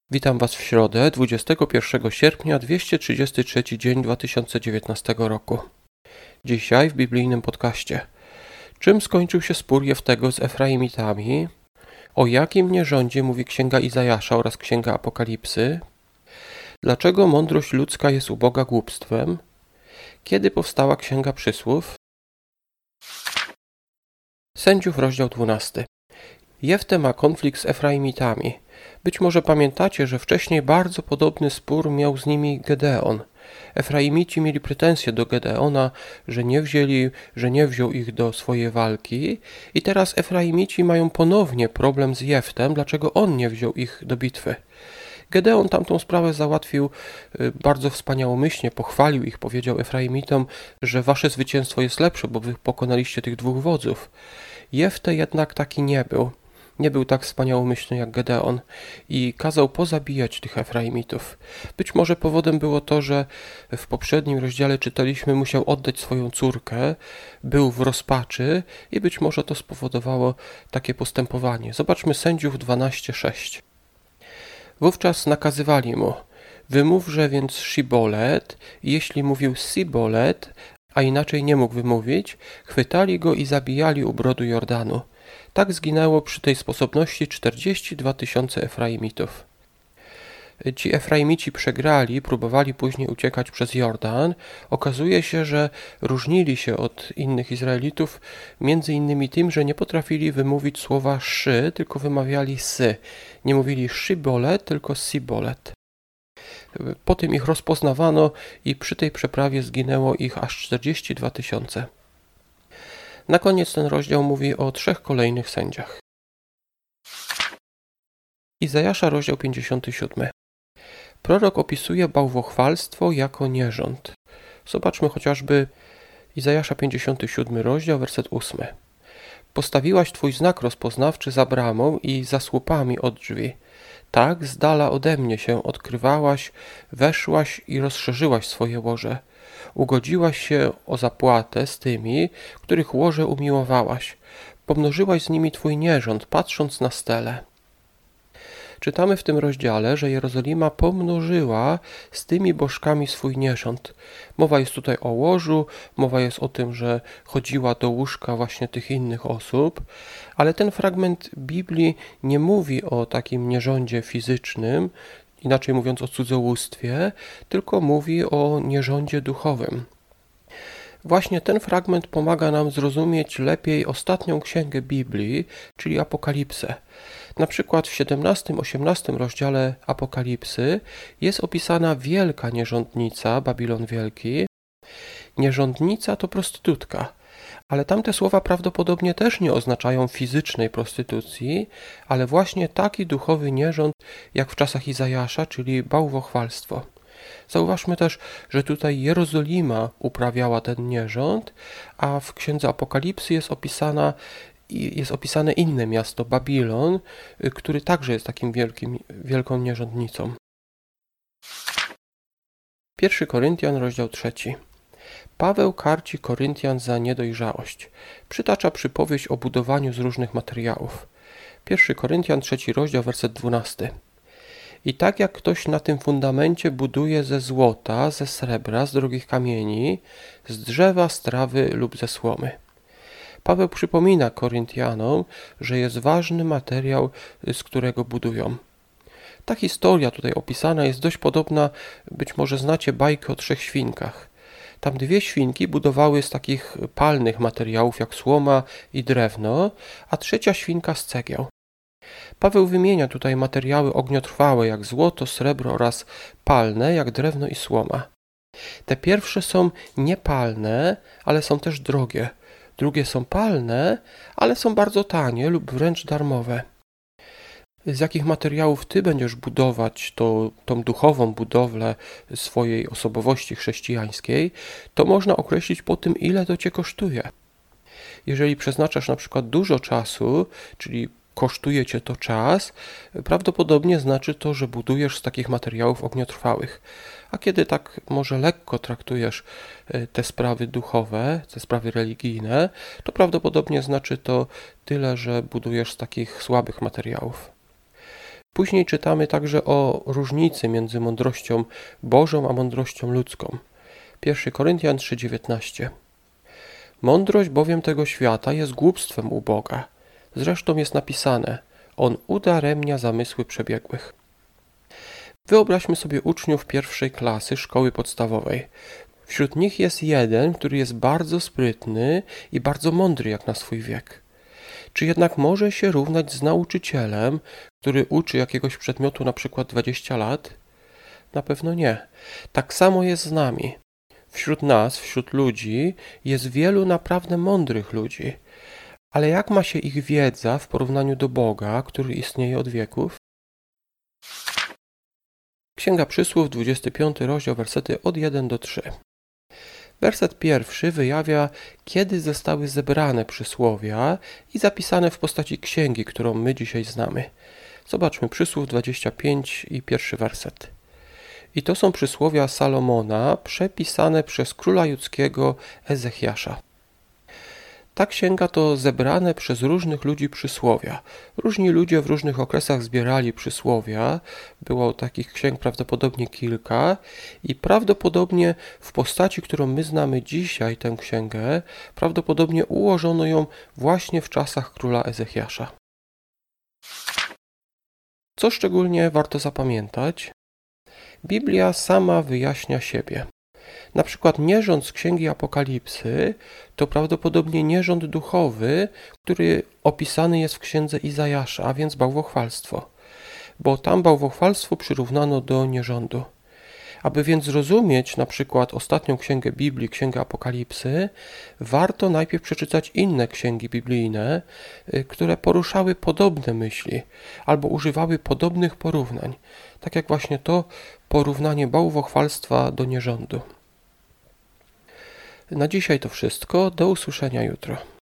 Witam Was w środę, 21 sierpnia, 233 dzień 2019 roku. Dzisiaj w biblijnym podcaście. Czym skończył się spór Jeftego z Efraimitami? O jakim nierządzie mówi Księga Izajasza oraz Księga Apokalipsy? Dlaczego mądrość ludzka jest u Boga głupstwem? Kiedy powstała Księga Przysłów? Sędziów, rozdział 12. Jefte ma konflikt z Efraimitami. Być może pamiętacie, że wcześniej bardzo podobny spór miał z nimi Gedeon. Efraimici mieli pretensje do Gedeona, że nie wziął ich do swojej walki i teraz Efraimici mają ponownie problem z Jeftem, dlaczego on nie wziął ich do bitwy. Gedeon tamtą sprawę załatwił bardzo wspaniałomyślnie, pochwalił ich, powiedział Efraimitom, że wasze zwycięstwo jest lepsze, bo wy pokonaliście tych dwóch wodzów. Jefte jednak taki nie był. Nie był tak wspaniałomyślny jak Gedeon i kazał pozabijać tych Efraimitów. Być może powodem było to, że w poprzednim rozdziale czytaliśmy, musiał oddać swoją córkę, był w rozpaczy i być może to spowodowało takie postępowanie. Zobaczmy Sędziów 12:6. Wówczas nakazywali mu: wymówże więc Shibolet, i jeśli mówił Sibolet, a inaczej nie mógł wymówić, chwytali go i zabijali u brodu Jordanu. Tak zginęło przy tej sposobności 42 000 Efraimitów. Ci Efraimici przegrali, próbowali później uciekać przez Jordan. Okazuje się, że różnili się od innych Izraelitów między innymi tym, że nie potrafili wymówić słowa szy, tylko wymawiali sy. Nie mówili szybolet, tylko sibolet. Potem ich rozpoznawano i przy tej przeprawie zginęło ich aż 42 000. Na koniec ten rozdział mówi o 3 kolejnych sędziach. Izajasza, rozdział 57. Prorok opisuje bałwochwalstwo jako nierząd. Zobaczmy chociażby Izajasza 57, rozdział, werset 8. Postawiłaś twój znak rozpoznawczy za bramą i za słupami od drzwi. Tak z dala ode mnie się odkrywałaś, weszłaś i rozszerzyłaś swoje łoże. Ugodziłaś się o zapłatę z tymi, których łoże umiłowałaś. Pomnożyłaś z nimi twój nierząd, patrząc na stele. Czytamy w tym rozdziale, że Jerozolima pomnożyła z tymi bożkami swój nierząd. Mowa jest tutaj o łożu, mowa jest o tym, że chodziła do łóżka właśnie tych innych osób, ale ten fragment Biblii nie mówi o takim nierządzie fizycznym, inaczej mówiąc o cudzołóstwie, tylko mówi o nierządzie duchowym. Właśnie ten fragment pomaga nam zrozumieć lepiej ostatnią księgę Biblii, czyli Apokalipsę. Na przykład w 17-18 rozdziale Apokalipsy jest opisana wielka nierządnica, Babilon Wielki. Nierządnica to prostytutka, ale tamte słowa prawdopodobnie też nie oznaczają fizycznej prostytucji, ale właśnie taki duchowy nierząd jak w czasach Izajasza, czyli bałwochwalstwo. Zauważmy też, że tutaj Jerozolima uprawiała ten nierząd, a w księdze Apokalipsy jest opisane inne miasto, Babilon, który także jest takim wielką nierządnicą. 1 Koryntian, rozdział 3. Paweł karci Koryntian za niedojrzałość. Przytacza przypowieść o budowaniu z różnych materiałów. 1 Koryntian, 3 rozdział, werset 12. I tak jak ktoś na tym fundamencie buduje ze złota, ze srebra, z drogich kamieni, z drzewa, z trawy lub ze słomy. Paweł przypomina Koryntianom, że jest ważny materiał, z którego budują. Ta historia tutaj opisana jest dość podobna, być może znacie bajkę o 3 świnkach. Tam 2 świnki budowały z takich palnych materiałów jak słoma i drewno, a 3 świnka z cegieł. Paweł wymienia tutaj materiały ogniotrwałe jak złoto, srebro oraz palne jak drewno i słoma. Te pierwsze są niepalne, ale są też drogie. Drugie są palne, ale są bardzo tanie lub wręcz darmowe. Z jakich materiałów ty będziesz budować tą duchową budowlę swojej osobowości chrześcijańskiej, to można określić po tym, ile to cię kosztuje. Jeżeli przeznaczasz na przykład dużo czasu, czyli kosztuje cię to czas, prawdopodobnie znaczy to, że budujesz z takich materiałów ogniotrwałych. A kiedy tak może lekko traktujesz te sprawy duchowe, te sprawy religijne, to prawdopodobnie znaczy to tyle, że budujesz z takich słabych materiałów. Później czytamy także o różnicy między mądrością Bożą a mądrością ludzką. 1 Koryntian 3,19. Mądrość bowiem tego świata jest głupstwem u Boga. Zresztą jest napisane: On udaremnia zamysły przebiegłych. Wyobraźmy sobie uczniów 1. klasy szkoły podstawowej. Wśród nich jest jeden, który jest bardzo sprytny i bardzo mądry jak na swój wiek. Czy jednak może się równać z nauczycielem, który uczy jakiegoś przedmiotu na przykład 20 lat? Na pewno nie. Tak samo jest z nami. Wśród nas, wśród ludzi, jest wielu naprawdę mądrych ludzi. Ale jak ma się ich wiedza w porównaniu do Boga, który istnieje od wieków? Księga Przysłów, 25 rozdział, wersety od 1 do 3. Werset pierwszy wyjawia, kiedy zostały zebrane przysłowia i zapisane w postaci księgi, którą my dzisiaj znamy. Zobaczmy Przysłów 25 i pierwszy werset. I to są przysłowia Salomona przepisane przez króla judzkiego Ezechiasza. Ta księga to zebrane przez różnych ludzi przysłowia. Różni ludzie w różnych okresach zbierali przysłowia. Było takich księg prawdopodobnie kilka i prawdopodobnie w postaci, którą my znamy dzisiaj, tę księgę, prawdopodobnie ułożono ją właśnie w czasach króla Ezechiasza. Co szczególnie warto zapamiętać? Biblia sama wyjaśnia siebie. Na przykład nierząd z Księgi Apokalipsy to prawdopodobnie nierząd duchowy, który opisany jest w Księdze Izajasza, a więc bałwochwalstwo, bo tam bałwochwalstwo przyrównano do nierządu. Aby więc zrozumieć na przykład ostatnią księgę Biblii, Księgę Apokalipsy, warto najpierw przeczytać inne księgi biblijne, które poruszały podobne myśli albo używały podobnych porównań, tak jak właśnie to porównanie bałwochwalstwa do nierządu. Na dzisiaj to wszystko. Do usłyszenia jutro.